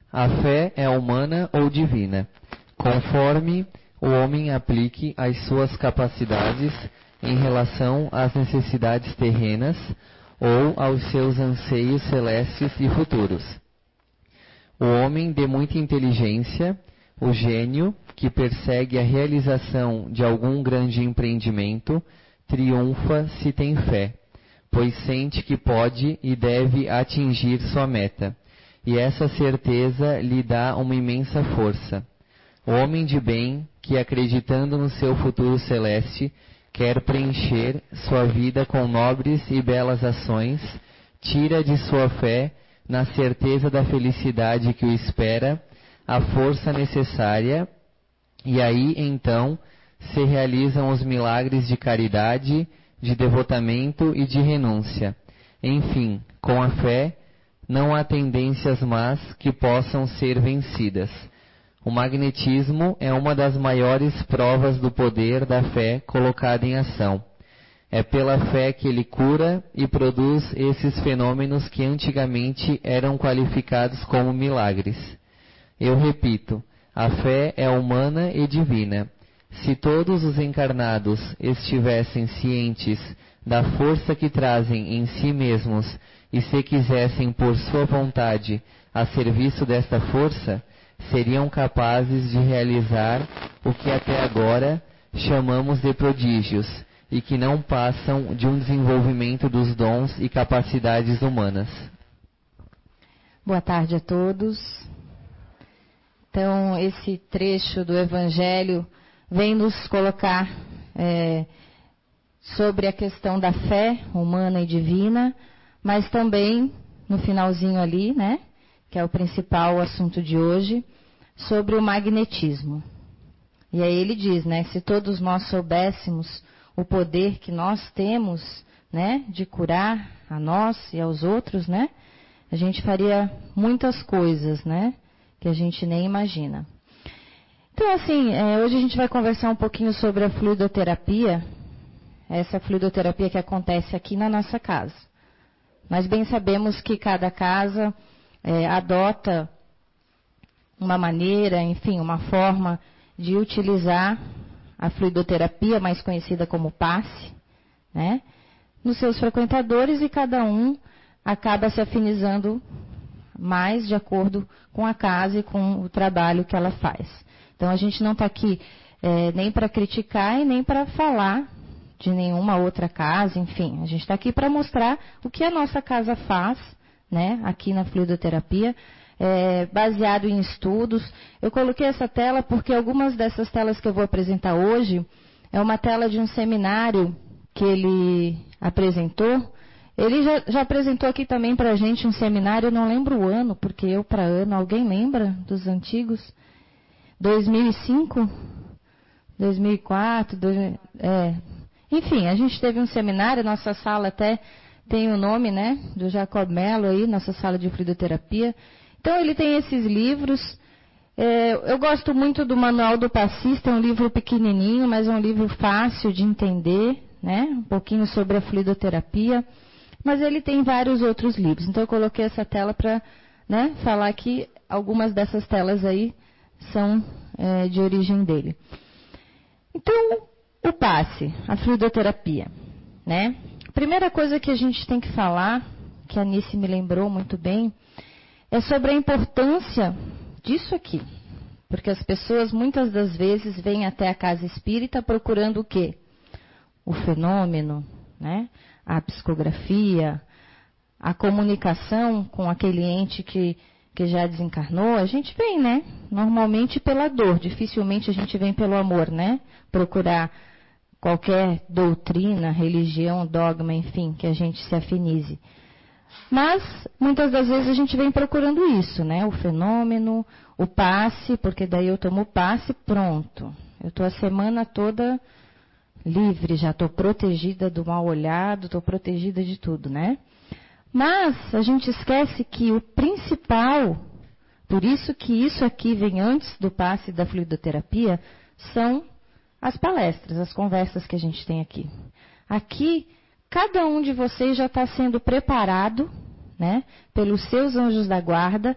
A fé é humana ou divina, conforme o homem aplique as suas capacidades em relação às necessidades terrenas ou aos seus anseios celestes e futuros. O homem de muita inteligência, o gênio, que persegue a realização de algum grande empreendimento, triunfa se tem fé, pois sente que pode e deve atingir sua meta, e essa certeza lhe dá uma imensa força. O homem de bem, que acreditando no seu futuro celeste, quer preencher sua vida com nobres e belas ações, tira de sua fé, na certeza da felicidade que o espera, a força necessária, e aí então se realizam os milagres de caridade, de devotamento e de renúncia. Enfim, com a fé, não há tendências más que possam ser vencidas. O magnetismo é uma das maiores provas do poder da fé colocada em ação. É pela fé que ele cura e produz esses fenômenos que antigamente eram qualificados como milagres. Eu repito, a fé é humana e divina. Se todos os encarnados estivessem cientes da força que trazem em si mesmos e se quisessem por sua vontade a serviço desta força, seriam capazes de realizar o que até agora chamamos de prodígios e que não passam de um desenvolvimento dos dons e capacidades humanas. Boa tarde a todos. Então, esse trecho do Evangelho vem nos colocar sobre a questão da fé humana e divina, mas também, no finalzinho ali, né, que é o principal assunto de hoje, sobre o magnetismo. E aí ele diz, né, se todos nós soubéssemos o poder que nós temos, né, de curar a nós e aos outros, né, a gente faria muitas coisas, né, que a gente nem imagina. Então, assim, hoje a gente vai conversar um pouquinho sobre a fluidoterapia, essa fluidoterapia que acontece aqui na nossa casa. Nós bem sabemos que cada casa adota uma maneira, enfim, uma forma de utilizar a fluidoterapia, mais conhecida como passe, né, nos seus frequentadores, e cada um acaba se afinizando mais de acordo com a casa e com o trabalho que ela faz. Então, a gente não está aqui nem para criticar e nem para falar de nenhuma outra casa, enfim. A gente está aqui para mostrar o que a nossa casa faz, né, aqui na fluidoterapia, baseado em estudos. Eu coloquei essa tela porque algumas dessas telas que eu vou apresentar hoje é uma tela de um seminário que ele apresentou. Ele já apresentou aqui também para a gente um seminário, eu não lembro o ano, porque eu para ano, alguém lembra dos antigos? 2005? 2004? Enfim, a gente teve um seminário, nossa sala até tem o nome, né, do Jacob Mello aí, nossa sala de fluidoterapia. Então ele tem esses livros. Eu gosto muito do Manual do Passista, é um livro pequenininho, mas é um livro fácil de entender, né, um pouquinho sobre a fluidoterapia. Mas ele tem vários outros livros. Então eu coloquei essa tela para, né, falar que algumas dessas telas aí são de origem dele. Então, o passe, a fluidoterapia, né? A primeira coisa que a gente tem que falar, que a Anice me lembrou muito bem, é sobre a importância disso aqui. Porque as pessoas muitas das vezes vêm até a casa espírita procurando o quê? O fenômeno, né? A psicografia, a comunicação com aquele ente que já desencarnou. A gente vem, né? Normalmente pela dor, dificilmente a gente vem pelo amor, né? Procurar qualquer doutrina, religião, dogma, enfim, que a gente se afinize. Mas, muitas das vezes a gente vem procurando isso, né? O fenômeno, o passe, porque daí eu tomo o passe, pronto. Eu estou a semana toda livre, já estou protegida do mal olhado, estou protegida de tudo, né? Mas a gente esquece que o principal, por isso que isso aqui vem antes do passe da fluidoterapia, são as palestras, as conversas que a gente tem aqui. Aqui, cada um de vocês já está sendo preparado, né, pelos seus anjos da guarda,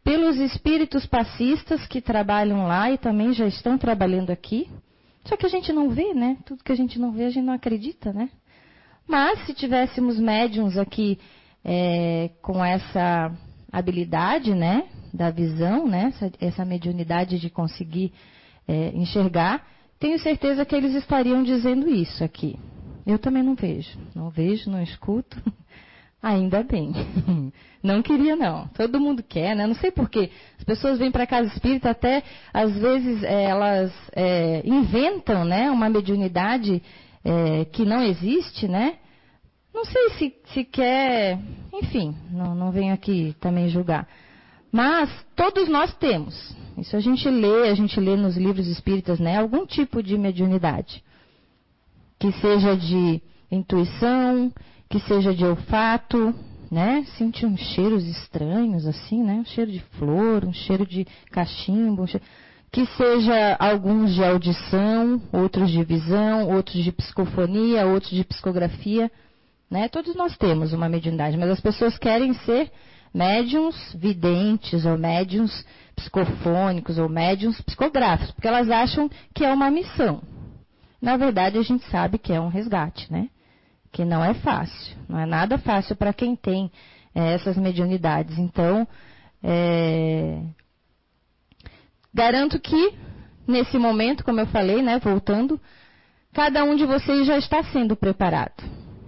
pelos espíritos passistas que trabalham lá e também já estão trabalhando aqui. Só que a gente não vê, né? Tudo que a gente não vê, a gente não acredita, né? Mas se tivéssemos médiums aqui com essa habilidade, né? Da visão, né? Essa mediunidade de conseguir enxergar, tenho certeza que eles estariam dizendo isso aqui. Eu também não vejo. Não vejo, não escuto. Ainda bem. Não queria, não. Todo mundo quer, né? Não sei por quê. As pessoas vêm para a casa espírita, até, às vezes, elas inventam, né, uma mediunidade que não existe, né? Não sei se quer... Enfim, não venho aqui também julgar. Mas todos nós temos. Isso a gente lê nos livros espíritas, né? Algum tipo de mediunidade. Que seja de intuição, que seja de olfato, né? Sentir uns cheiros estranhos, assim, né? Um cheiro de flor, um cheiro de cachimbo, que seja alguns de audição, outros de visão, outros de psicofonia, outros de psicografia, né? Todos nós temos uma mediunidade, mas as pessoas querem ser médiuns videntes, ou médiuns psicofônicos, ou médiuns psicográficos, porque elas acham que é uma missão. Na verdade, a gente sabe que é um resgate, né? Que não é fácil, não é nada fácil para quem tem essas mediunidades. Então, garanto que, nesse momento, como eu falei, né, voltando, cada um de vocês já está sendo preparado.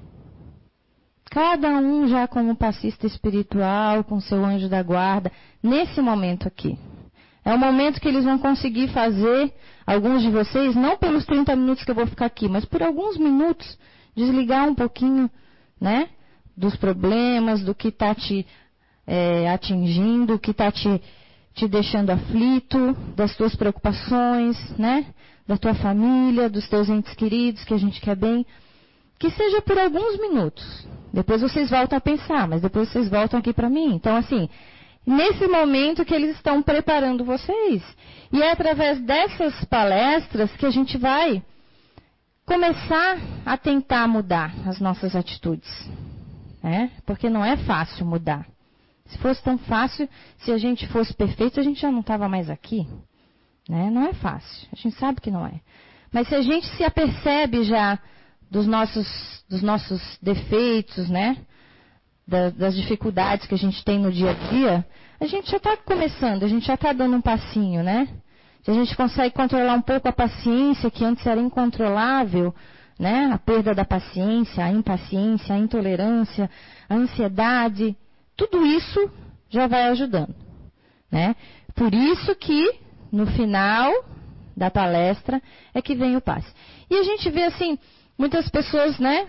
Cada um já como passista espiritual, com seu anjo da guarda, nesse momento aqui. É o momento que eles vão conseguir fazer, alguns de vocês, não pelos 30 minutos que eu vou ficar aqui, mas por alguns minutos, desligar um pouquinho, né, dos problemas, do que está te atingindo, o que está te deixando aflito, das tuas preocupações, né, da tua família, dos teus entes queridos, que a gente quer bem. Que seja por alguns minutos. Depois vocês voltam a pensar, mas depois vocês voltam aqui para mim. Então, assim, nesse momento que eles estão preparando vocês. E é através dessas palestras que a gente vai começar a tentar mudar as nossas atitudes. Né? Porque não é fácil mudar. Se fosse tão fácil, se a gente fosse perfeito, a gente já não estava mais aqui. Né? Não é fácil. A gente sabe que não é. Mas se a gente se apercebe já dos nossos defeitos, né? Das dificuldades que a gente tem no dia a dia, a gente já está começando, a gente já está dando um passinho, né? Se a gente consegue controlar um pouco a paciência, que antes era incontrolável, né? A perda da paciência, a impaciência, a intolerância, a ansiedade, tudo isso já vai ajudando, né? Por isso que, no final da palestra, é que vem o passe. E a gente vê assim, muitas pessoas, né,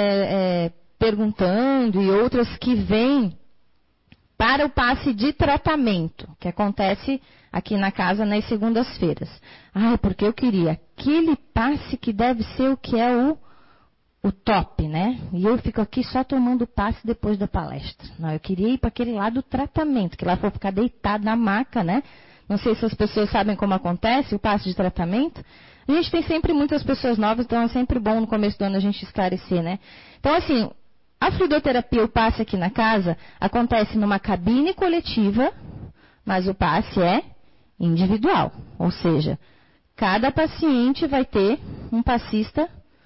perguntando, e outras que vêm para o passe de tratamento, que acontece aqui na casa nas segundas-feiras. Porque eu queria aquele passe que deve ser o que é o top, né? E eu fico aqui só tomando passe depois da palestra. Não, eu queria ir para aquele lado do tratamento, que lá vou ficar deitado na maca, né? Não sei se as pessoas sabem como acontece o passe de tratamento. A gente tem sempre muitas pessoas novas, então é sempre bom no começo do ano a gente esclarecer, né? Então, assim, a fluidoterapia, o passe aqui na casa, acontece numa cabine coletiva, mas o passe é individual. Ou seja, cada paciente vai ter um passista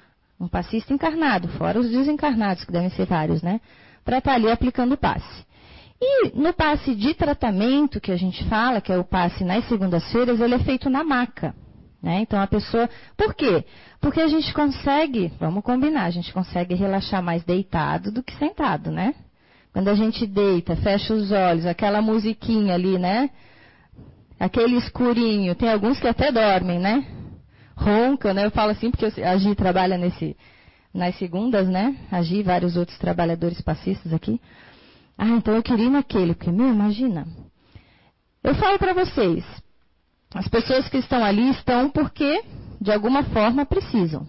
encarnado, fora os desencarnados, que devem ser vários, né? Para estar ali aplicando o passe. E no passe de tratamento, que a gente fala, que é o passe nas segundas-feiras, ele é feito na maca. Né? Então a pessoa... Por quê? Porque a gente consegue, vamos combinar, a gente consegue relaxar mais deitado do que sentado, né? Quando a gente deita, fecha os olhos, aquela musiquinha ali, né? Aquele escurinho, tem alguns que até dormem, né? Roncam, né? Eu falo assim porque a Gi trabalha nas segundas, né? A Gi e vários outros trabalhadores passistas aqui. Então eu queria ir naquele, porque, imagina. Eu falo para vocês, as pessoas que estão ali estão porque, de alguma forma, precisam.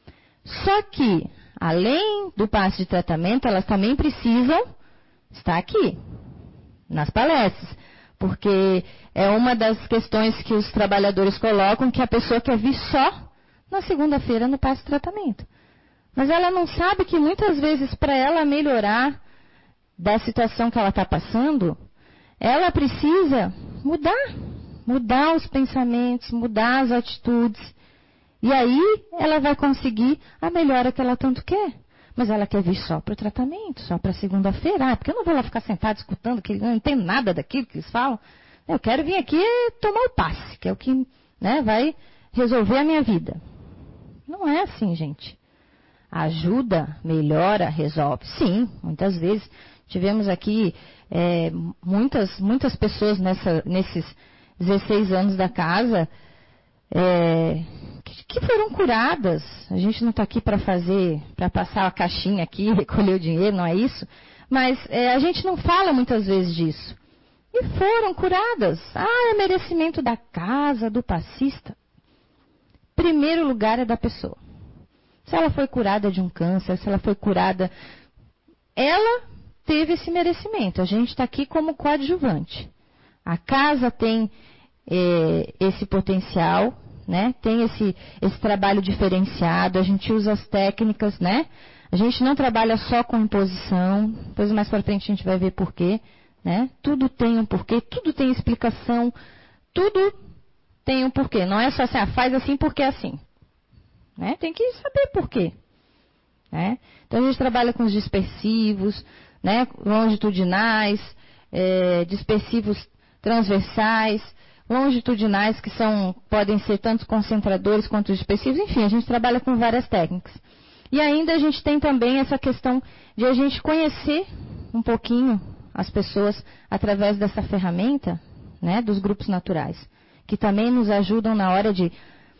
Só que, além do passe de tratamento, elas também precisam estar aqui, nas palestras. Porque é uma das questões que os trabalhadores colocam, que a pessoa quer vir só na segunda-feira no passe de tratamento. Mas ela não sabe que muitas vezes, para ela melhorar da situação que ela está passando, ela precisa mudar os pensamentos, mudar as atitudes. E aí ela vai conseguir a melhora que ela tanto quer. Mas ela quer vir só para o tratamento, só para segunda-feira. Porque eu não vou lá ficar sentada escutando, que não entendo nada daquilo que eles falam. Eu quero vir aqui tomar o passe, que é o que, né, vai resolver a minha vida. Não é assim, gente. Ajuda, melhora, resolve. Sim, muitas vezes. Tivemos aqui muitas pessoas nesses 16 anos da casa que foram curadas. A gente não está aqui para passar a caixinha aqui, recolher o dinheiro, não é isso. Mas a gente não fala muitas vezes disso. E foram curadas. É merecimento da casa, do passista. Primeiro lugar é da pessoa. Se ela foi curada de um câncer, se ela foi curada, ela teve esse merecimento. A gente está aqui como coadjuvante. A casa tem esse potencial, né? Tem esse trabalho diferenciado. A gente usa as técnicas, né? A gente não trabalha só com imposição. Depois mais para frente a gente vai ver por quê, né? Tudo tem um porquê, tudo tem explicação, tudo tem um porquê. Não é só assim, faz assim porque é assim. Né? Tem que saber por quê. Né? Então a gente trabalha com os dispersivos, né? Longitudinais, dispersivos transversais, longitudinais que podem ser tanto concentradores quanto dispersivos. Enfim, a gente trabalha com várias técnicas. E ainda a gente tem também essa questão de a gente conhecer um pouquinho as pessoas através dessa ferramenta, né, dos grupos naturais, que também nos ajudam na hora de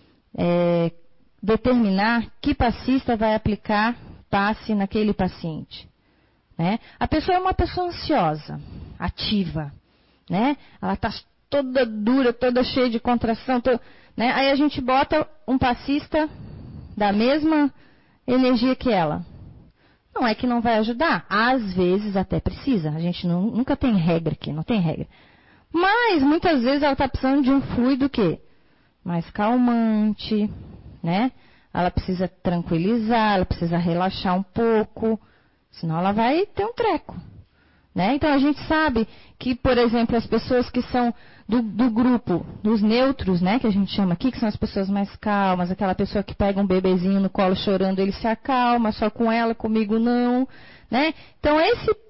determinar que passista vai aplicar passe naquele paciente. Né? A pessoa é uma pessoa ansiosa, ativa, né? Ela está toda dura, toda cheia de contração, né? Aí a gente bota um passista da mesma energia que ela. Não é que não vai ajudar, às vezes até precisa. A gente nunca tem regra aqui, não tem regra. Mas muitas vezes ela está precisando de um fluido que mais calmante, né? Ela precisa tranquilizar, ela precisa relaxar um pouco, senão ela vai ter um treco. Né? Então a gente sabe que, por exemplo, as pessoas que são do grupo dos neutros, né, que a gente chama aqui, que são as pessoas mais calmas, aquela pessoa que pega um bebezinho no colo chorando, ele se acalma, só com ela, comigo não. Né? Então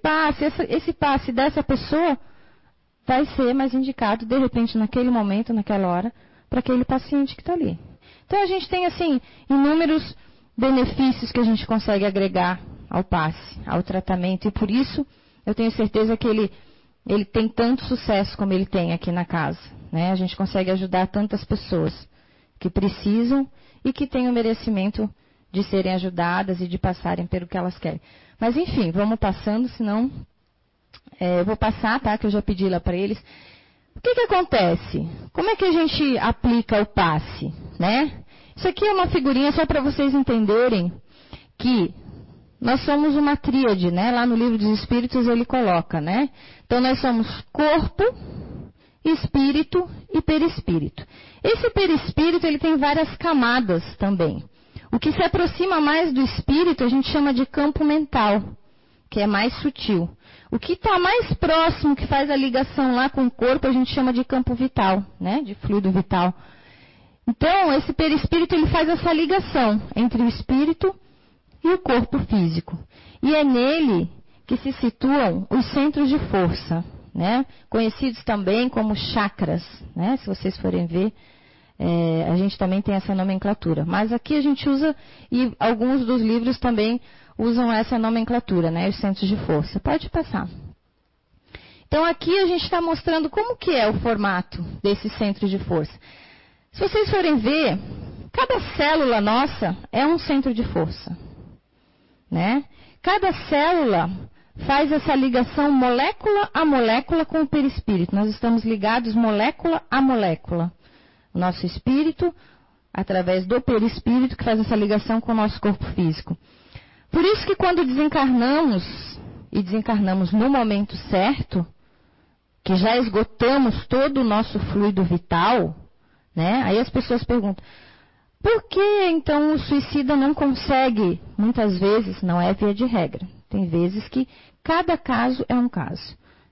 esse passe dessa pessoa vai ser mais indicado, de repente, naquele momento, naquela hora, para aquele paciente que está ali. Então a gente tem, assim, inúmeros benefícios que a gente consegue agregar ao passe, ao tratamento, e por isso eu tenho certeza que ele tem tanto sucesso como ele tem aqui na casa. Né? A gente consegue ajudar tantas pessoas que precisam e que têm o merecimento de serem ajudadas e de passarem pelo que elas querem. Mas enfim, vamos passando, senão eu vou passar, tá? Que eu já pedi lá para eles. O que acontece? Como é que a gente aplica o passe? Né? Isso aqui é uma figurinha só para vocês entenderem que nós somos uma tríade, né? Lá no Livro dos Espíritos ele coloca, né? Então nós somos corpo, espírito e perispírito. Esse perispírito ele tem várias camadas também. O que se aproxima mais do espírito a gente chama de campo mental, que é mais sutil. O que está mais próximo, que faz a ligação lá com o corpo, a gente chama de campo vital, né? De fluido vital. Então esse perispírito ele faz essa ligação entre o espírito e o corpo físico. E é nele que se situam os centros de força, né? Conhecidos também como chakras, né? Se vocês forem ver, a gente também tem essa nomenclatura. Mas aqui a gente usa, e alguns dos livros também usam essa nomenclatura, né? Os centros de força. Pode passar. Então aqui a gente está mostrando como que é o formato desses centros de força. Se vocês forem ver, cada célula nossa é um centro de força. Né? Cada célula faz essa ligação molécula a molécula com o perispírito. Nós estamos ligados molécula a molécula. O nosso espírito, através do perispírito, que faz essa ligação com o nosso corpo físico. Por isso que quando desencarnamos, e desencarnamos no momento certo, que já esgotamos todo o nosso fluido vital, né? Aí as pessoas perguntam, por que então o suicida não consegue? Muitas vezes, não é via de regra. Tem vezes que cada caso é um caso.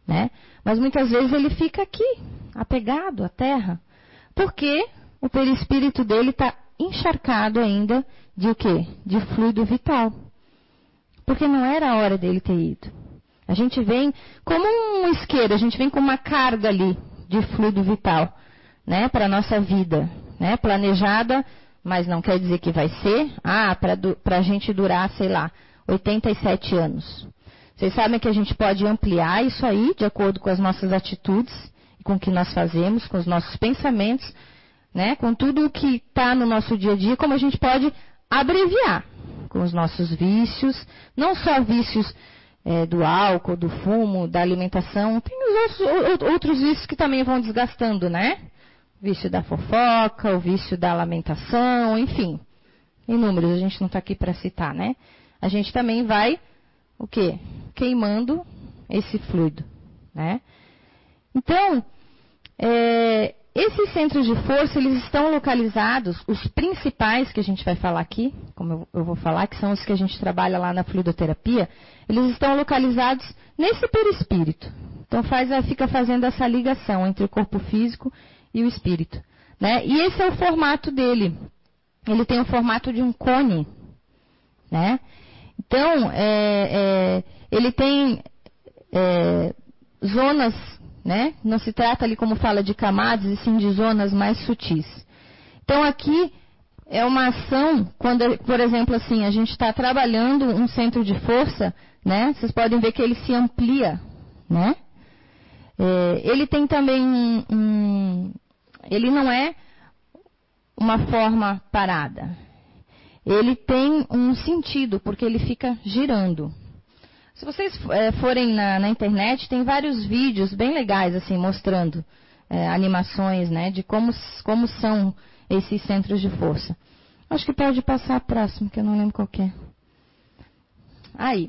né? Mas muitas vezes ele fica aqui, apegado à terra, porque o perispírito dele está encharcado ainda de o quê? De fluido vital. Porque não era a hora dele ter ido. A gente vem como um isqueiro, a gente vem com uma carga ali de fluido vital, né, para a nossa vida, né, planejada, mas não quer dizer que vai ser, para a gente durar, sei lá, 87 anos. Vocês sabem que a gente pode ampliar isso aí, de acordo com as nossas atitudes, com o que nós fazemos, com os nossos pensamentos, né, com tudo o que está no nosso dia a dia, como a gente pode abreviar com os nossos vícios, não só vícios do álcool, do fumo, da alimentação, tem os outros vícios que também vão desgastando, né? O vício da fofoca, o vício da lamentação, enfim, inúmeros, a gente não está aqui para citar, né? A gente também vai, o quê? Queimando esse fluido, né? Então, esses centros de força, eles estão localizados, os principais que a gente vai falar aqui, como eu vou falar, que são os que a gente trabalha lá na fluidoterapia, eles estão localizados nesse perispírito. Então fica fazendo essa ligação entre o corpo físico e o espírito, né? E esse é o formato dele. Ele tem o formato de um cone, né? Então, ele tem zonas, né? Não se trata ali, como fala, de camadas, e sim de zonas mais sutis. Então, aqui é uma ação, quando, por exemplo, assim, a gente está trabalhando um centro de força, né? Vocês podem ver que ele se amplia, né? Ele tem também ele não é uma forma parada. Ele tem um sentido, porque ele fica girando. Se vocês forem na internet, tem vários vídeos bem legais, assim, mostrando animações, né, de como são esses centros de força. Acho que pode passar próximo, que eu não lembro qual que é. Aí.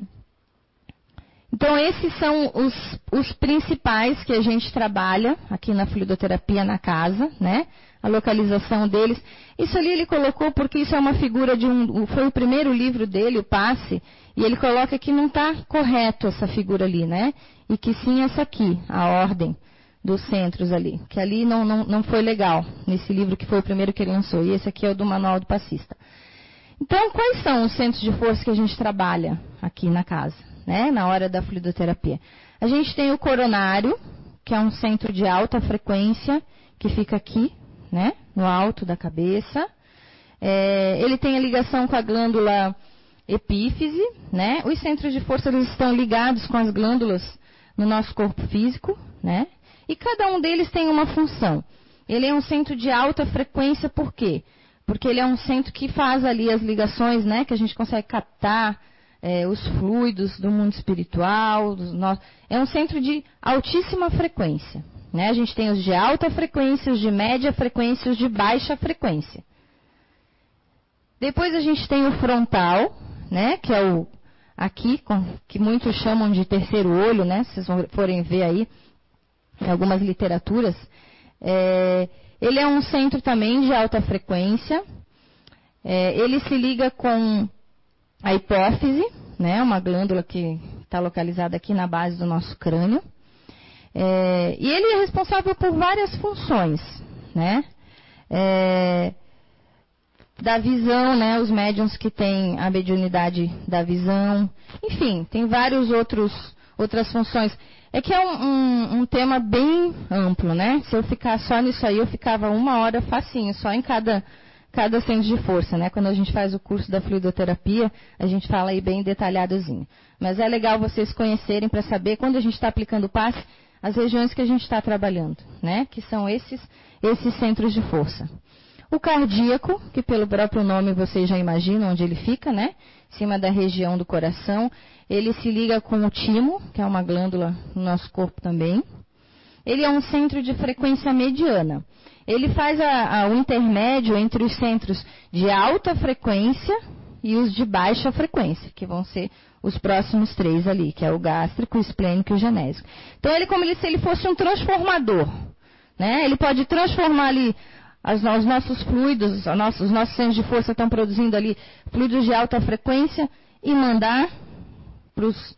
Então, esses são os principais que a gente trabalha aqui na fluidoterapia na casa, né? A localização deles. Isso ali ele colocou porque isso é uma figura foi o primeiro livro dele, o Passe, e ele coloca que não está correto essa figura ali, né? E que sim essa aqui, a ordem dos centros ali. Que ali não foi legal, nesse livro que foi o primeiro que ele lançou. E esse aqui é o do Manual do Passista. Então, quais são os centros de força que a gente trabalha aqui na casa, né? Na hora da fluidoterapia? A gente tem o coronário, que é um centro de alta frequência, que fica aqui, né? No alto da cabeça. Ele tem a ligação com a glândula epífise, né? Os centros de força, eles estão ligados com as glândulas no nosso corpo físico, né? E cada um deles tem uma função. Ele é um centro de alta frequência, por quê? Porque ele é um centro que faz ali as ligações, né? Que a gente consegue captar os fluidos do mundo espiritual. É um centro de altíssima frequência, né? A gente tem os de alta frequência, os de média frequência e os de baixa frequência. Depois a gente tem o frontal, né? Que é o aqui, que muitos chamam de terceiro olho, né? Se vocês forem ver aí em algumas literaturas. Ele é um centro também de alta frequência. Ele se liga com a hipófise, né? Uma glândula que está localizada aqui na base do nosso crânio. E ele é responsável por várias funções, né? Da visão, né? Os médiuns que têm a mediunidade da visão. Enfim, tem várias outras funções. É que é um tema bem amplo, né? Se eu ficar só nisso aí, eu ficava 1 hora facinho, só em cada centro de força, né? Quando a gente faz o curso da fluidoterapia, a gente fala aí bem detalhadozinho. Mas é legal vocês conhecerem para saber, quando a gente está aplicando o passe, as regiões que a gente está trabalhando, né? Que são esses centros de força. O cardíaco, que pelo próprio nome vocês já imaginam onde ele fica, né? Em cima da região do coração. Ele se liga com o timo, que é uma glândula no nosso corpo também. Ele é um centro de frequência mediana. Ele faz o intermédio entre os centros de alta frequência e os de baixa frequência, que vão ser os próximos 3 ali, que é o gástrico, o esplênico e o genésico. Então, ele como se ele fosse um transformador, né? Ele pode transformar ali os nossos fluidos, os nossos centros de força estão produzindo ali fluidos de alta frequência e mandar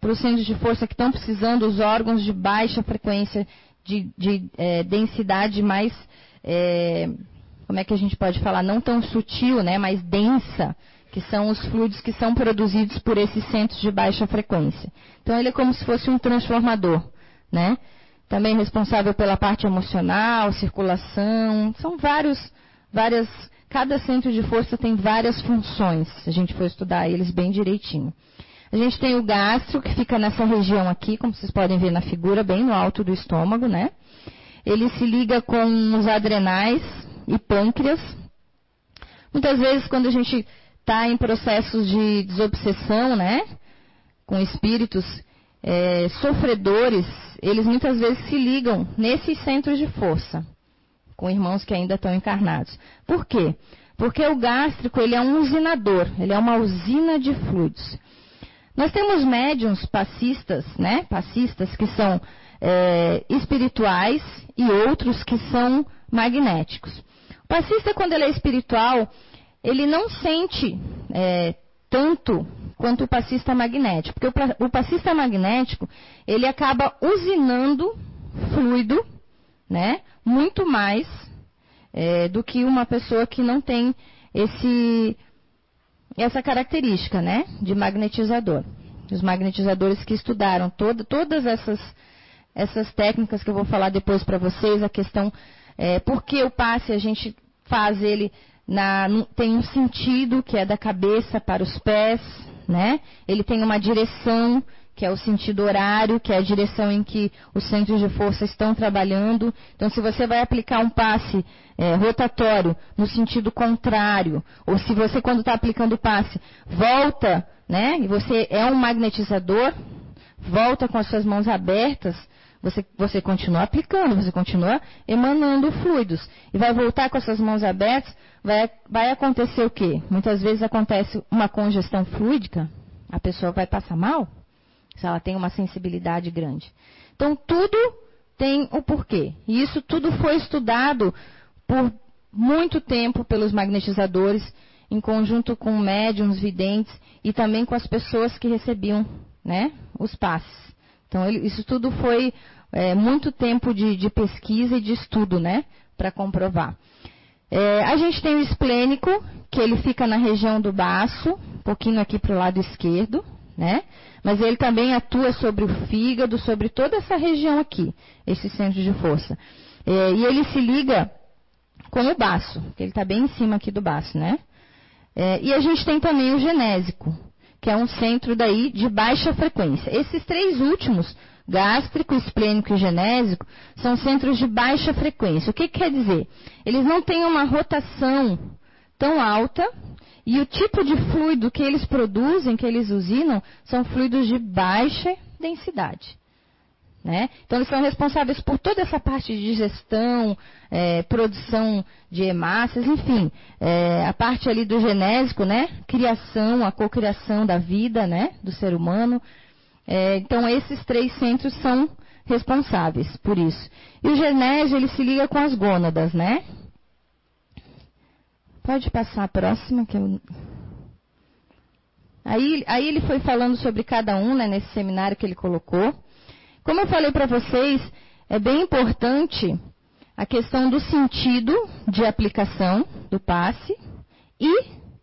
para os centros de força que estão precisando, os órgãos de baixa frequência, de densidade mais, como é que a gente pode falar, não tão sutil, né, mais densa, que são os fluidos que são produzidos por esses centros de baixa frequência. Então, ele é como se fosse um transformador, né? Também responsável pela parte emocional, circulação, são cada centro de força tem várias funções, se a gente for estudar eles bem direitinho. A gente tem o gastro, que fica nessa região aqui, como vocês podem ver na figura, bem no alto do estômago, né? Ele se liga com os adrenais e pâncreas. Muitas vezes, quando a gente está em processos de desobsessão, né? Com espíritos sofredores, eles muitas vezes se ligam nesses centros de força, com irmãos que ainda estão encarnados. Por quê? Porque o gástrico, ele é um usinador, ele é uma usina de fluidos. Nós temos médiuns passistas, né? Passistas que são espirituais e outros que são magnéticos. O passista, quando ele é espiritual, ele não sente tanto quanto o passista magnético. Porque o passista magnético, ele acaba usinando fluido, né? Muito mais do que uma pessoa que não tem essa característica, né, de magnetizador. Os magnetizadores que estudaram todas essas técnicas que eu vou falar depois para vocês, a questão, por que o passe a gente faz ele, tem um sentido que é da cabeça para os pés, né? Ele tem uma direção, que é o sentido horário, que é a direção em que os centros de força estão trabalhando. Então, se você vai aplicar um passe rotatório no sentido contrário, ou se você, quando está aplicando o passe, volta, né, e você é um magnetizador, volta com as suas mãos abertas, você continua aplicando, você continua emanando fluidos. E vai voltar com as suas mãos abertas, vai acontecer o quê? Muitas vezes acontece uma congestão fluídica, a pessoa vai passar mal, se ela tem uma sensibilidade grande. Então, tudo tem o porquê. E isso tudo foi estudado por muito tempo pelos magnetizadores, em conjunto com médiuns, videntes e também com as pessoas que recebiam, né, os passes. Então, isso tudo foi muito tempo de pesquisa e de estudo, né, para comprovar. A gente tem o esplênico, que ele fica na região do baço, um pouquinho aqui para o lado esquerdo, né? Mas ele também atua sobre o fígado, sobre toda essa região aqui, esse centro de força. E ele se liga com o baço, que ele está bem em cima aqui do baço, né? E a gente tem também o genésico, que é um centro daí de baixa frequência. Esses três últimos, gástrico, esplênico e genésico, são centros de baixa frequência. O que quer dizer? Eles não têm uma rotação tão alta, e o tipo de fluido que eles produzem, que eles usinam, são fluidos de baixa densidade. Né? Então, eles são responsáveis por toda essa parte de digestão, produção de hemácias, enfim, a parte ali do genésico, né? Criação, a cocriação da vida, né? Do ser humano. Então, esses três centros são responsáveis por isso. E o genésio, ele se liga com as gônadas, né? Pode passar a próxima. Aí ele foi falando sobre cada um, né, nesse seminário que ele colocou. Como eu falei para vocês, é bem importante a questão do sentido de aplicação do passe e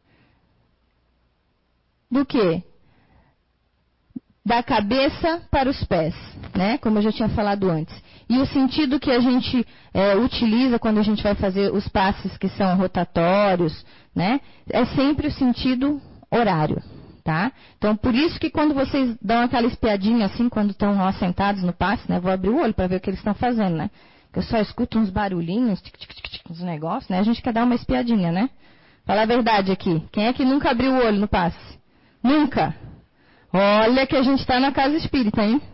do quê? Da cabeça para os pés, né? Como eu já tinha falado antes. E o sentido que a gente utiliza quando a gente vai fazer os passes que são rotatórios, né? É sempre o sentido horário, tá? Então, por isso que quando vocês dão aquela espiadinha assim, quando estão lá sentados no passe, né? Vou abrir o olho para ver o que eles estão fazendo, né? Porque eu só escuto uns barulhinhos, uns negócios, né? A gente quer dar uma espiadinha, né? Fala a verdade aqui. Quem é que nunca abriu o olho no passe? Nunca? Olha que a gente está na casa espírita, hein?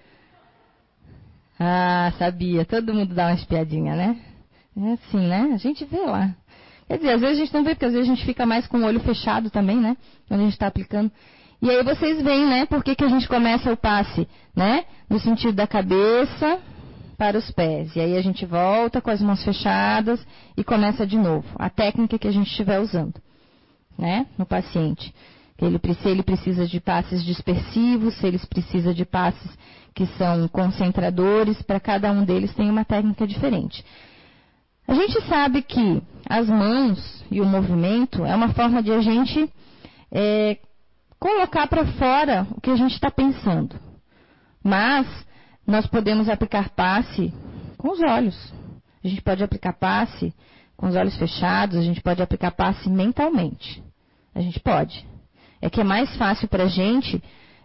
Ah, sabia. Todo mundo dá uma espiadinha, né? É assim, né? A gente vê lá. Quer dizer, às vezes a gente não vê, porque às vezes a gente fica mais com o olho fechado também, né? Quando a gente está aplicando. E aí vocês veem, né? Por que a gente começa o passe, né? No sentido da cabeça para os pés. E aí a gente volta com as mãos fechadas e começa de novo. A técnica que a gente estiver usando, né? No paciente. Se ele precisa de passes dispersivos, se eles precisam de passes que são concentradores, para cada um deles tem uma técnica diferente. A gente sabe que as mãos e o movimento é uma forma de a gente colocar para fora o que a gente está pensando. Mas nós podemos aplicar passe com os olhos. A gente pode aplicar passe com os olhos fechados, a gente pode aplicar passe mentalmente. A gente pode. É que é mais fácil para a gente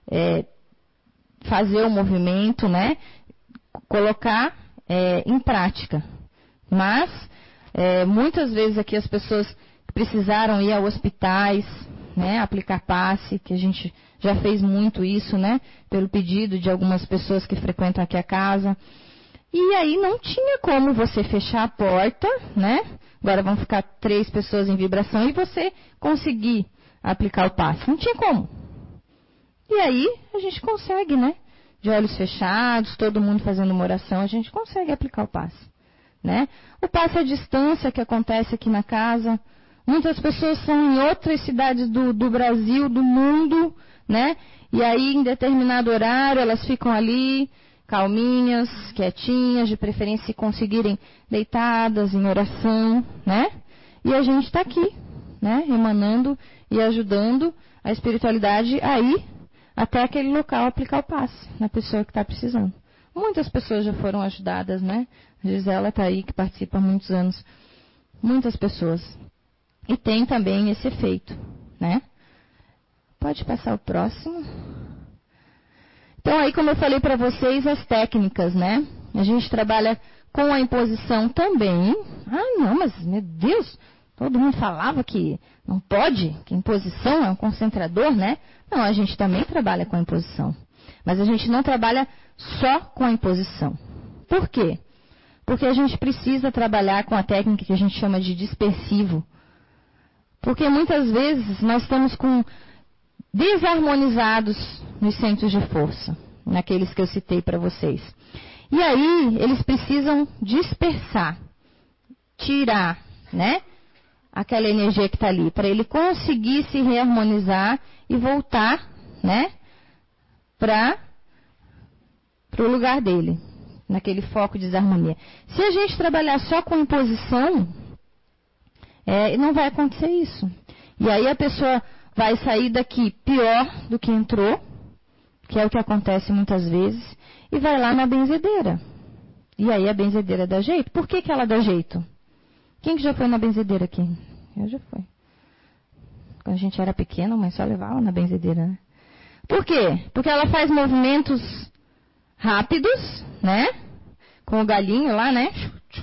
fazer o movimento, né? Colocar em prática. Mas, muitas vezes aqui as pessoas precisaram ir a hospitais, né? Aplicar passe, que a gente já fez muito isso, né? Pelo pedido de algumas pessoas que frequentam aqui a casa. E aí não tinha como você fechar a porta, né? Agora vão ficar 3 pessoas em vibração e você conseguir aplicar o passe. Não tinha como. E aí a gente consegue, né? De olhos fechados, todo mundo fazendo uma oração, a gente consegue aplicar o passe, né? O passe à distância que acontece aqui na casa. Muitas pessoas são em outras cidades do Brasil, do mundo, né? E aí em determinado horário elas ficam ali, calminhas, quietinhas, de preferência se conseguirem deitadas em oração, né? E a gente está aqui, né? Emanando e ajudando a espiritualidade a ir até aquele local aplicar o passe na pessoa que está precisando. Muitas pessoas já foram ajudadas, né? A Gisela está aí, que participa há muitos anos. Muitas pessoas. E tem também esse efeito, né? Pode passar o próximo. Então, aí, como eu falei para vocês, as técnicas, né? A gente trabalha com a imposição também. Ah, não, mas, meu Deus, todo mundo falava que não pode, que imposição é um concentrador, né? Não, a gente também trabalha com a imposição. Mas a gente não trabalha só com a imposição. Por quê? Porque a gente precisa trabalhar com a técnica que a gente chama de dispersivo. Porque muitas vezes nós estamos desarmonizados nos centros de força, naqueles que eu citei para vocês. E aí eles precisam dispersar, tirar, né, aquela energia que está ali, para ele conseguir se reharmonizar e voltar, né, para o lugar dele, naquele foco de desarmonia. Se a gente trabalhar só com imposição, não vai acontecer isso. E aí a pessoa vai sair daqui pior do que entrou, que é o que acontece muitas vezes, e vai lá na benzedeira. E aí a benzedeira dá jeito. Por que ela dá jeito? Quem que já foi na benzedeira aqui? Eu já fui. Quando a gente era pequeno, a mãe só levava na benzedeira, né? Por quê? Porque ela faz movimentos rápidos, né? Com o galinho lá, né?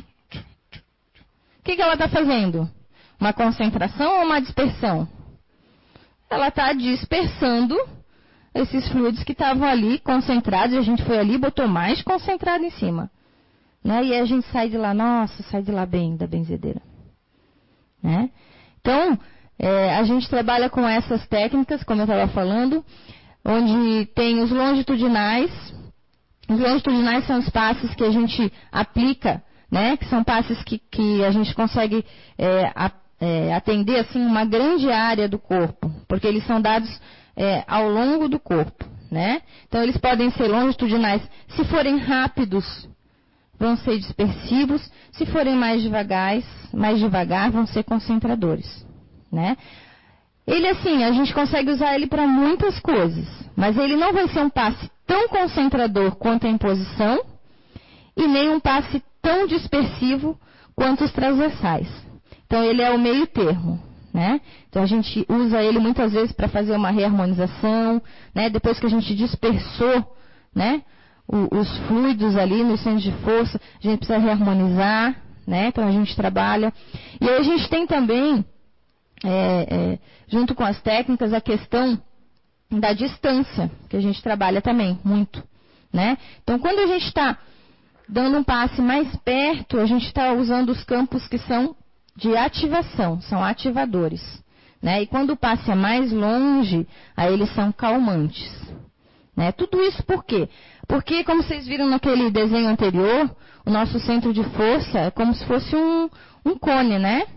O que ela está fazendo? Uma concentração ou uma dispersão? Ela está dispersando esses fluidos que estavam ali concentrados, e a gente foi ali e botou mais concentrado em cima. Né? E aí a gente sai de lá, nossa, sai de lá bem da benzedeira. Né? Então, a gente trabalha com essas técnicas, como eu estava falando, onde tem os longitudinais. Os longitudinais são os passes que a gente aplica, né? Que são passes que a gente consegue atender assim, uma grande área do corpo, porque eles são dados ao longo do corpo. Né? Então, eles podem ser longitudinais. Se forem rápidos, vão ser dispersivos. Se forem mais devagar, vão ser concentradores. Né? Ele, assim, a gente consegue usar ele para muitas coisas, mas ele não vai ser um passe tão concentrador quanto a imposição e nem um passe tão dispersivo quanto os transversais. Então, ele é o meio termo. Né? Então, a gente usa ele muitas vezes para fazer uma reharmonização, né? Depois que a gente dispersou, né, os fluidos ali no centro de força, a gente precisa reharmonizar, né? Então a gente trabalha. E aí a gente tem também, junto com as técnicas, a questão da distância, que a gente trabalha também muito. Né? Então, quando a gente está dando um passe mais perto, a gente está usando os campos que são de ativação, são ativadores. Né? E quando o passe é mais longe, aí eles são calmantes. Né? Tudo isso por quê? Porque, como vocês viram naquele desenho anterior, o nosso centro de força é como se fosse um cone, né?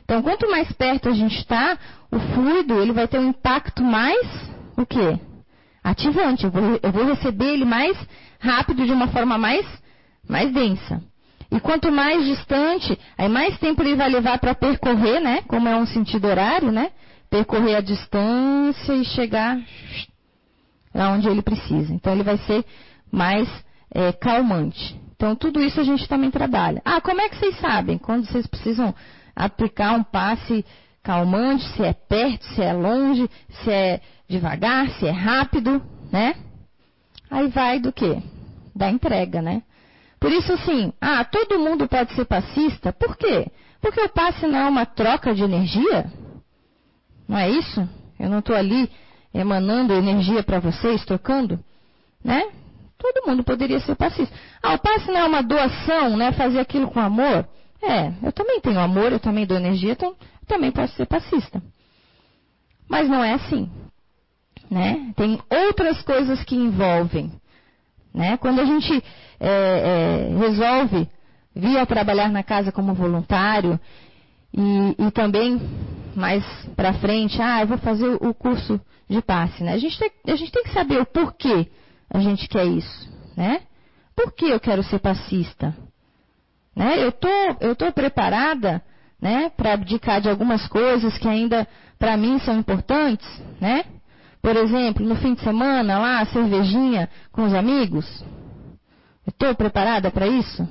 Então, quanto mais perto a gente está, o fluido ele vai ter um impacto mais, o quê? Ativante. Eu vou receber ele mais rápido, de uma forma mais densa. E quanto mais distante, aí mais tempo ele vai levar para percorrer, né? Como é um sentido horário, né? Percorrer a distância e chegar lá onde ele precisa. Então, ele vai ser mais calmante. Então, tudo isso a gente também trabalha. Ah, como é que vocês sabem? Quando vocês precisam aplicar um passe calmante, se é perto, se é longe, se é devagar, se é rápido, né? Aí vai do quê? Da entrega, né? Por isso, assim, todo mundo pode ser passista. Por quê? Porque o passe não é uma troca de energia. Não é isso? Eu não estou ali emanando energia para vocês, trocando, né? Todo mundo poderia ser passista. O passe não é uma doação, né? Fazer aquilo com amor. Eu também tenho amor, eu também dou energia, então eu também posso ser passista. Mas não é assim, né? Tem outras coisas que envolvem, né? Quando a gente resolve vir a trabalhar na casa como voluntário e também mais para frente, eu vou fazer o curso de passe, né? A gente tem que saber o porquê a gente quer isso, né? Por que eu quero ser passista? Né? Eu tô preparada, né, para abdicar de algumas coisas que ainda para mim são importantes, né? Por exemplo, no fim de semana, lá, a cervejinha com os amigos. Eu estou preparada para isso?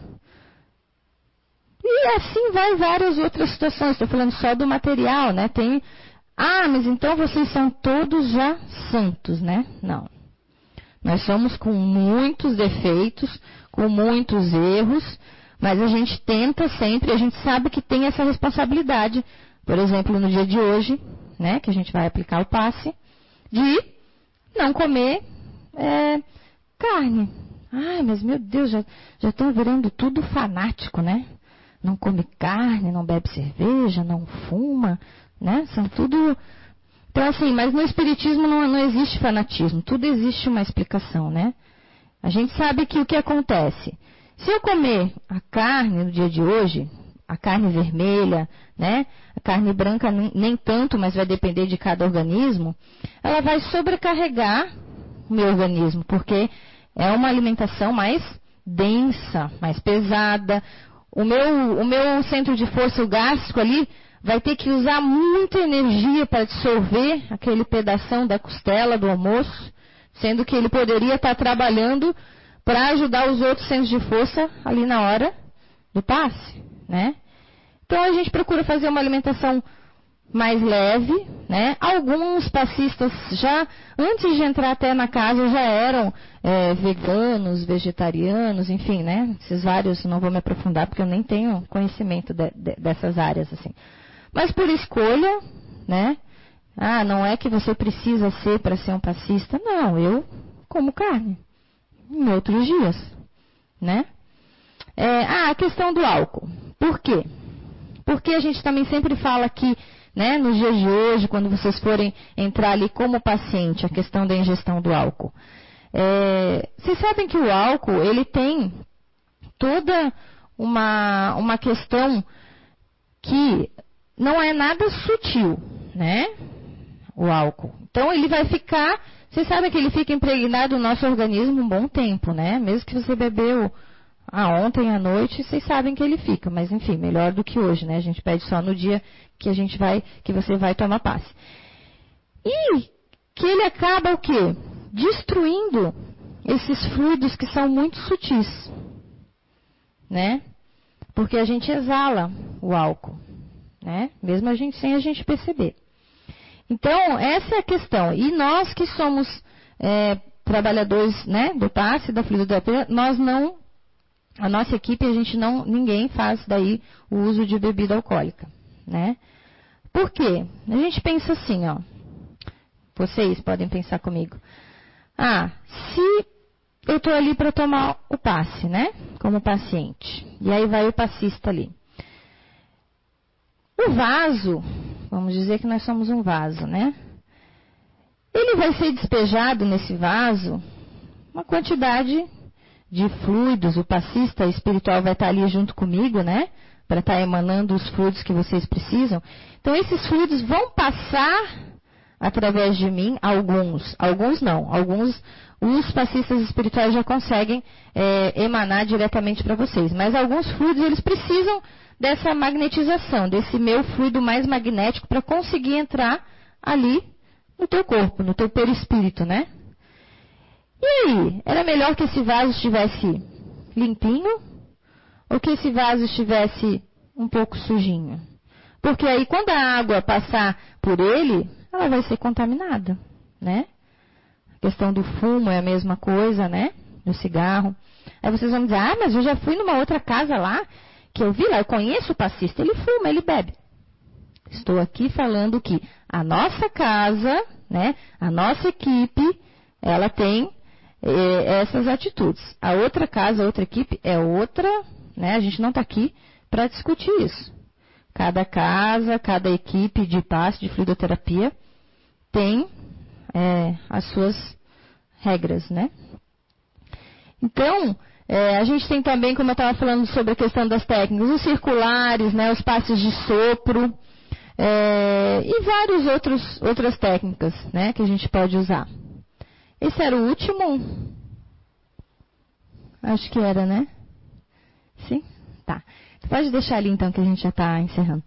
E assim vai várias outras situações. Estou falando só do material, né? Mas então vocês são todos já santos, né? Não. Nós somos com muitos defeitos, com muitos erros, mas a gente tenta sempre, a gente sabe que tem essa responsabilidade. Por exemplo, no dia de hoje, né, que a gente vai aplicar o passe, de não comer carne. Mas meu Deus, já estão virando tudo fanático, né? Não come carne, não bebe cerveja, não fuma, né? São tudo... Então, assim, mas no Espiritismo não existe fanatismo, tudo existe uma explicação, né? A gente sabe que o que acontece? Se eu comer a carne no dia de hoje, a carne vermelha, né? A carne branca nem tanto, mas vai depender de cada organismo, ela vai sobrecarregar o meu organismo, porque é uma alimentação mais densa, mais pesada. O meu centro de força, o gástrico ali, vai ter que usar muita energia para dissolver aquele pedação da costela do almoço, sendo que ele poderia estar trabalhando para ajudar os outros centros de força ali na hora do passe, né? Então a gente procura fazer uma alimentação mais leve, né? Alguns passistas já, antes de entrar até na casa, já eram veganos, vegetarianos, enfim, né? Esses vários, não vou me aprofundar porque eu nem tenho conhecimento dessas áreas, assim. Mas por escolha, né? Não é que você precisa ser para ser um passista. Não, eu como carne em outros dias, né? A questão do álcool. Por quê? Porque a gente também sempre fala que, né, nos dias de hoje, quando vocês forem entrar ali como paciente, a questão da ingestão do álcool. Vocês sabem que o álcool, ele tem toda uma questão que não é nada sutil, né? O álcool. Então, ele vai ficar... Vocês sabem que ele fica impregnado no nosso organismo um bom tempo, né? Mesmo que você bebeu ontem à noite, vocês sabem que ele fica. Mas, enfim, melhor do que hoje, né? A gente pede só no dia que você vai tomar passe. E que ele acaba o quê? Destruindo esses fluidos que são muito sutis, né? Porque a gente exala o álcool, né? Mesmo sem a gente perceber. Então, essa é a questão. E nós que somos trabalhadores, né, do passe, da fluidoterapia, a nossa equipe, ninguém faz daí o uso de bebida alcoólica, né? Por quê? A gente pensa assim, vocês podem pensar comigo. Se eu estou ali para tomar o passe, né, como paciente, e aí vai o passista ali. O vaso, vamos dizer que nós somos um vaso, né? Ele vai ser despejado nesse vaso uma quantidade de fluidos. O passista espiritual vai estar ali junto comigo, né? para estar emanando os fluidos que vocês precisam. Então, esses fluidos vão passar através de mim, alguns não, alguns os passistas espirituais já conseguem emanar diretamente para vocês, mas alguns fluidos eles precisam dessa magnetização, desse meu fluido mais magnético para conseguir entrar ali no teu corpo, no teu perispírito, né? E aí, era melhor que esse vaso estivesse limpinho ou que esse vaso estivesse um pouco sujinho? Porque aí, quando a água passar por ele, ela vai ser contaminada, né? A questão do fumo é a mesma coisa, né? Do cigarro. Aí vocês vão dizer, mas eu já fui numa outra casa lá, que eu vi lá, eu conheço o passista, ele fuma, ele bebe. Estou aqui falando que a nossa casa, né? A nossa equipe, ela tem essas atitudes. A outra casa, a outra equipe é outra, né? A gente não está aqui para discutir isso. Cada casa, cada equipe de passe, de fluidoterapia, tem as suas regras, né? Então, a gente tem também, como eu estava falando sobre a questão das técnicas, os circulares, né? Os passes de sopro, e várias outras técnicas, né? Que a gente pode usar. Esse era o último? Acho que era, né? Sim? Tá. Pode deixar ali então que a gente já está encerrando.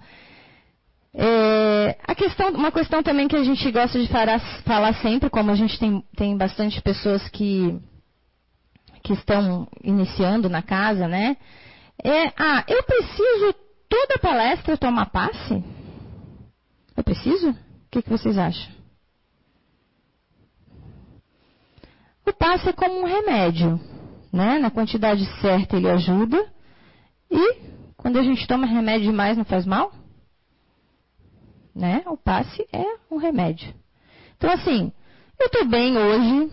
Uma questão também que a gente gosta de falar sempre, como a gente tem bastante pessoas que estão iniciando na casa, né? Eu preciso toda palestra tomar passe? Eu preciso? O que vocês acham? O passe é como um remédio, né? Na quantidade certa ele ajuda. E quando a gente toma remédio demais não faz mal? Né? O passe é um remédio. Então assim, eu estou bem hoje.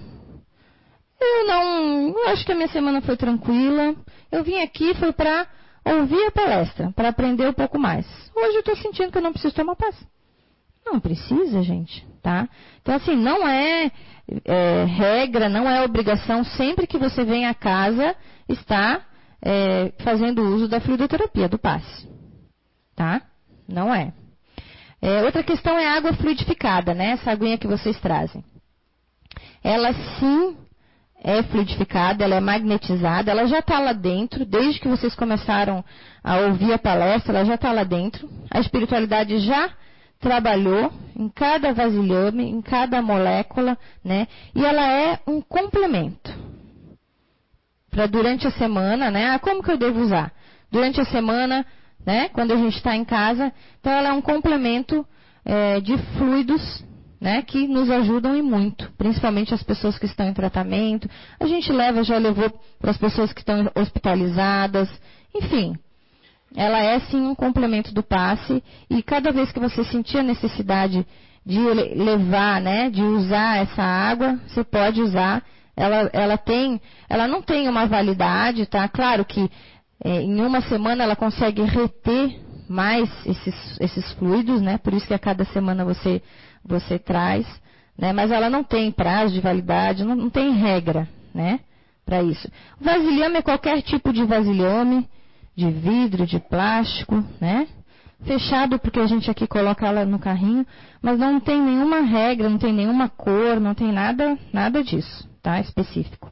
Eu acho que a minha semana foi tranquila. Eu vim aqui foi para ouvir a palestra, para aprender um pouco mais. Hoje eu estou sentindo que eu não preciso tomar passe. Não precisa, gente, tá? Então, assim, não é regra, não é obrigação, sempre que você vem à casa, está fazendo uso da fluidoterapia, do passe, tá? Não é. Outra questão é a água fluidificada, né? Essa aguinha que vocês trazem. Ela sim é fluidificada, ela é magnetizada, ela já está lá dentro, desde que vocês começaram a ouvir a palestra, ela já está lá dentro. A espiritualidade já trabalhou em cada vasilhame, em cada molécula, né? E ela é um complemento para durante a semana, né? Como que eu devo usar? Durante a semana, né? Quando a gente está em casa, então ela é um complemento de fluidos, né? Que nos ajudam e muito, principalmente as pessoas que estão em tratamento. A gente já levou para as pessoas que estão hospitalizadas, enfim. Ela é sim um complemento do passe e cada vez que você sentir a necessidade de levar, né, de usar essa água, você pode usar. Ela não tem uma validade, tá? Claro que em uma semana ela consegue reter mais esses fluidos, né? Por isso que a cada semana você traz, né? Mas ela não tem prazo de validade, não tem regra, né? Para isso. O vasilhame é qualquer tipo de vasilhame, de vidro, de plástico, né? Fechado porque a gente aqui coloca ela no carrinho, mas não tem nenhuma regra, não tem nenhuma cor, não tem nada disso, tá? Específico.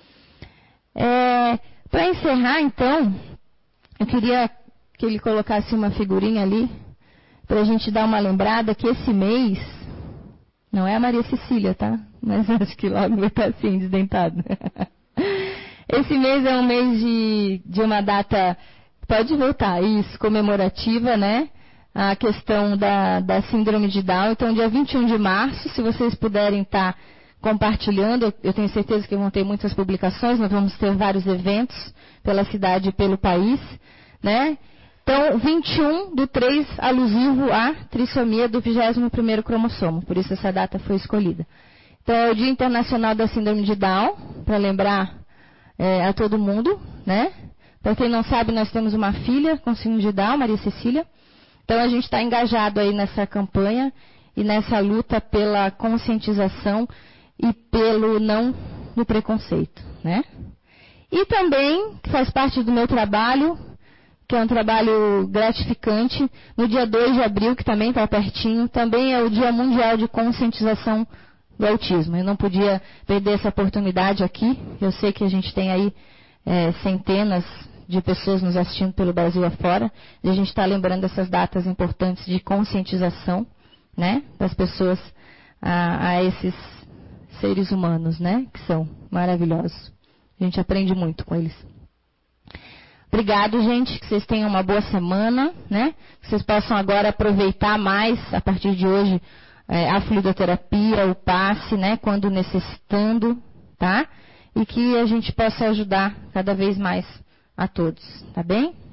Para encerrar, então, eu queria que ele colocasse uma figurinha ali, para a gente dar uma lembrada que esse mês, não é a Maria Cecília, tá? Mas acho que logo vai estar assim, desdentado. Esse mês é um mês de uma data, pode voltar, isso, comemorativa, né? A questão da síndrome de Down. Então, dia 21 de março, se vocês puderem estar compartilhando, eu tenho certeza que vão ter muitas publicações, nós vamos ter vários eventos pela cidade e pelo país, né? Então, 21/3, alusivo à trissomia do 21º cromossomo, por isso essa data foi escolhida. Então, é o Dia Internacional da Síndrome de Down, para lembrar a todo mundo, né? Para quem não sabe, nós temos uma filha com síndrome de Down, Maria Cecília. Então, a gente está engajado aí nessa campanha e nessa luta pela conscientização e pelo não do preconceito, né? E também, que faz parte do meu trabalho, que é um trabalho gratificante. No dia 2 de abril, que também está pertinho, também é o Dia Mundial de Conscientização do Autismo. Eu não podia perder essa oportunidade aqui. Eu sei que a gente tem aí centenas de pessoas nos assistindo pelo Brasil afora, e a gente está lembrando essas datas importantes de conscientização, né, das pessoas a esses seres humanos, né, que são maravilhosos. A gente aprende muito com eles. Obrigado, gente, que vocês tenham uma boa semana, né, que vocês possam agora aproveitar mais, a partir de hoje, a fluidoterapia, o passe, né, quando necessitando, tá? E que a gente possa ajudar cada vez mais a todos, tá bem?